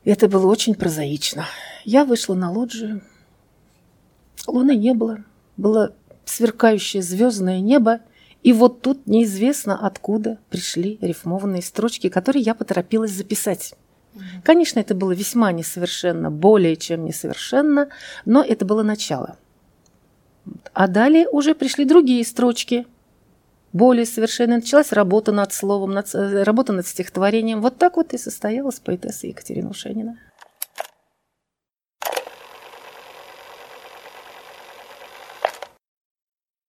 Это было очень прозаично. Я вышла на лоджию. Луны не было. Было сверкающее звездное небо. И вот тут неизвестно откуда пришли рифмованные строчки, которые я поторопилась записать. Конечно, это было весьма несовершенно, более чем несовершенно, но это было начало. А далее уже пришли другие строчки. Более совершенно началась работа над словом, работа над стихотворением. Вот так вот и состоялась поэтесса Екатерина Ушенина.